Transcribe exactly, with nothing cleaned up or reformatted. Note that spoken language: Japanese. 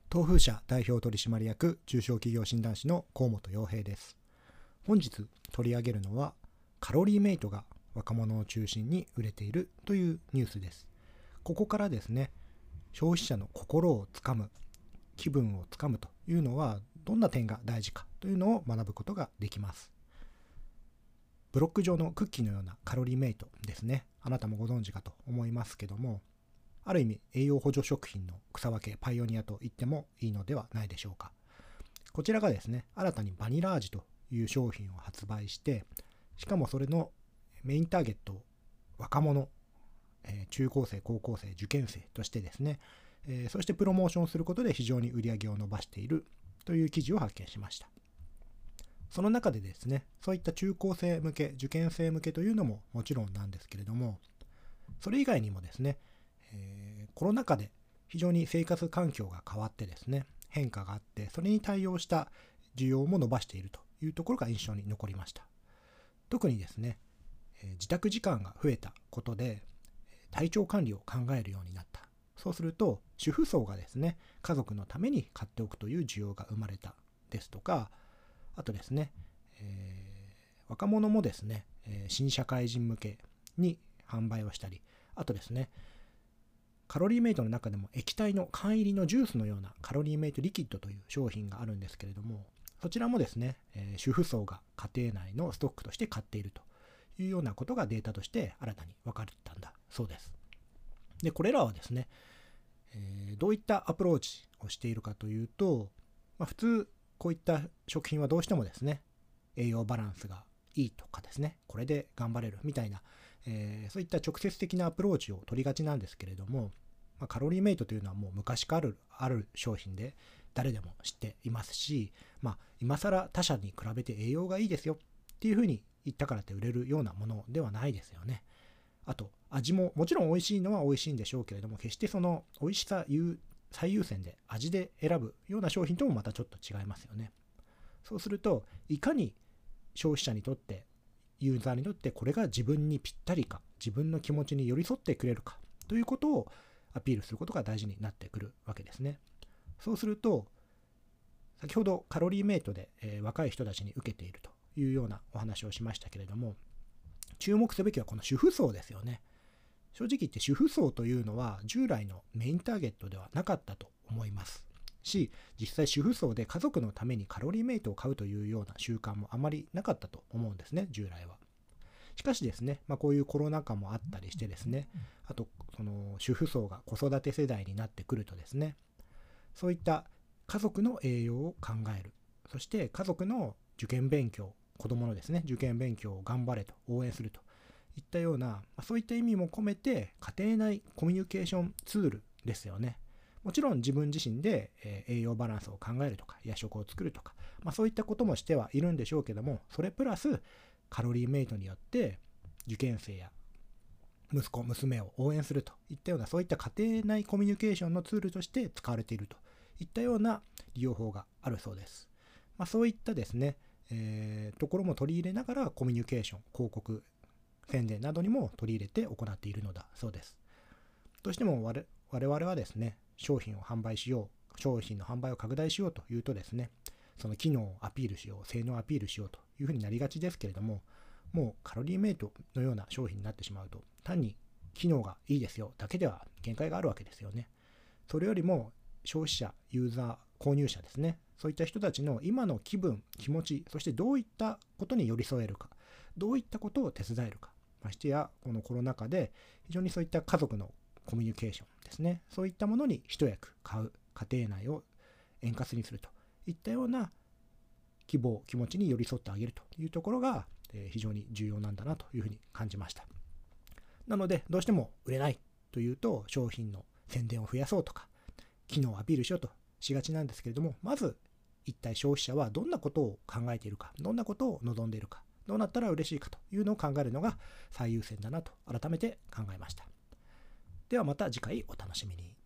東風社代表取締役中小企業診断士の河本洋平です。本日取り上げるのはカロリーメイトが若者を中心に売れているというニュースです。ここからですね、消費者の心をつかむ、気分をつかむというのはどんな点が大事かというのを学ぶことができます。ブロック状のクッキーのようなカロリーメイトですね。あなたもご存知かと思いますけども、ある意味栄養補助食品の草分けパイオニアと言ってもいいのではないでしょうか。こちらがですね、新たにバニラ味という商品を発売して、しかもそれのメインターゲットを若者、えー、中高生、高校生、受験生としてですね、えー、そしてプロモーションすることで非常に売り上げを伸ばしているという記事を発見しました。その中でですね、そういった中高生向け、受験生向けというのももちろんなんですけれども、それ以外にもですね、えー、コロナ禍で非常に生活環境が変わってですね、変化があって、それに対応した需要も伸ばしているというところが印象に残りました。特にですね、えー、自宅時間が増えたことで、体調管理を考えるようになった。そうすると、主婦層がですね、家族のために買っておくという需要が生まれたですとか、あとですね、えー、若者もですね、えー、新社会人向けに販売をしたり、あとですね、カロリーメイトの中でも液体の缶入りのジュースのようなカロリーメイトリキッドという商品があるんですけれども、そちらもですね、えー、主婦層が家庭内のストックとして買っているというようなことがデータとして新たに分かったんだそうです。で、これらはですね、えー、どういったアプローチをしているかというと、まあ、普通こういった食品はどうしてもですね、栄養バランスがいいとかですね、これで頑張れるみたいな、えー、そういった直接的なアプローチを取りがちなんですけれども、まあ、カロリーメイトというのはもう昔からある、ある商品で誰でも知っていますし、まあ、今更他社に比べて栄養がいいですよっていうふうに言ったからって売れるようなものではないですよね。あと味ももちろん美味しいのは美味しいんでしょうけれども、決してその美味しさ最優先で味で選ぶような商品ともまたちょっと違いますよね。そうすると、いかに消費者にとって、ユーザーにとってこれが自分にぴったりか、自分の気持ちに寄り添ってくれるかということをアピールすることが大事になってくるわけですね。そうすると、先ほどカロリーメイトで、えー、若い人たちに受けているというようなお話をしましたけれども、注目すべきはこの主婦層ですよね。正直言って主婦層というのは従来のメインターゲットではなかったと思いますし、実際主婦層で家族のためにカロリーメイトを買うというような習慣もあまりなかったと思うんですね、従来は。しかしですね、まあ、こういうコロナ禍もあったりしてですね、あとその主婦層が子育て世代になってくるとですね、そういった家族の栄養を考える、そして家族の受験勉強、子供のですね、受験勉強を頑張れと応援するといったような、そういった意味も込めて家庭内コミュニケーションツールですよね。もちろん自分自身で栄養バランスを考えるとか、夜食を作るとか、まあ、そういったこともしてはいるんでしょうけども、それプラスカロリーメイトによって受験生や息子、娘を応援するといったような、そういった家庭内コミュニケーションのツールとして使われているといったような利用法があるそうです。まあ、そういったですね、えー、ところも取り入れながらコミュニケーション、広告、宣伝などにも取り入れて行っているのだそうです。どうしても我々はですね、商品を販売しよう、商品の販売を拡大しようというとですね、その機能をアピールしよう、性能をアピールしようというふうになりがちですけれども、もうカロリーメイトのような商品になってしまうと、単に機能がいいですよだけでは限界があるわけですよね。それよりも消費者、ユーザー、購入者ですね、そういった人たちの今の気分、気持ち、そしてどういったことに寄り添えるか、どういったことを手伝えるか、ましてやこのコロナ禍で非常にそういった家族のコミュニケーションですね、そういったものに一役買う、家庭内を円滑にするといったような希望、気持ちに寄り添ってあげるというところが非常に重要なんだなというふうに感じました。なので、どうしても売れないというと、商品の宣伝を増やそうとか、機能をアピールしようとしがちなんですけれども、まず一体消費者はどんなことを考えているか、どんなことを望んでいるか、どうなったら嬉しいかというのを考えるのが最優先だなと改めて考えました。ではまた次回お楽しみに。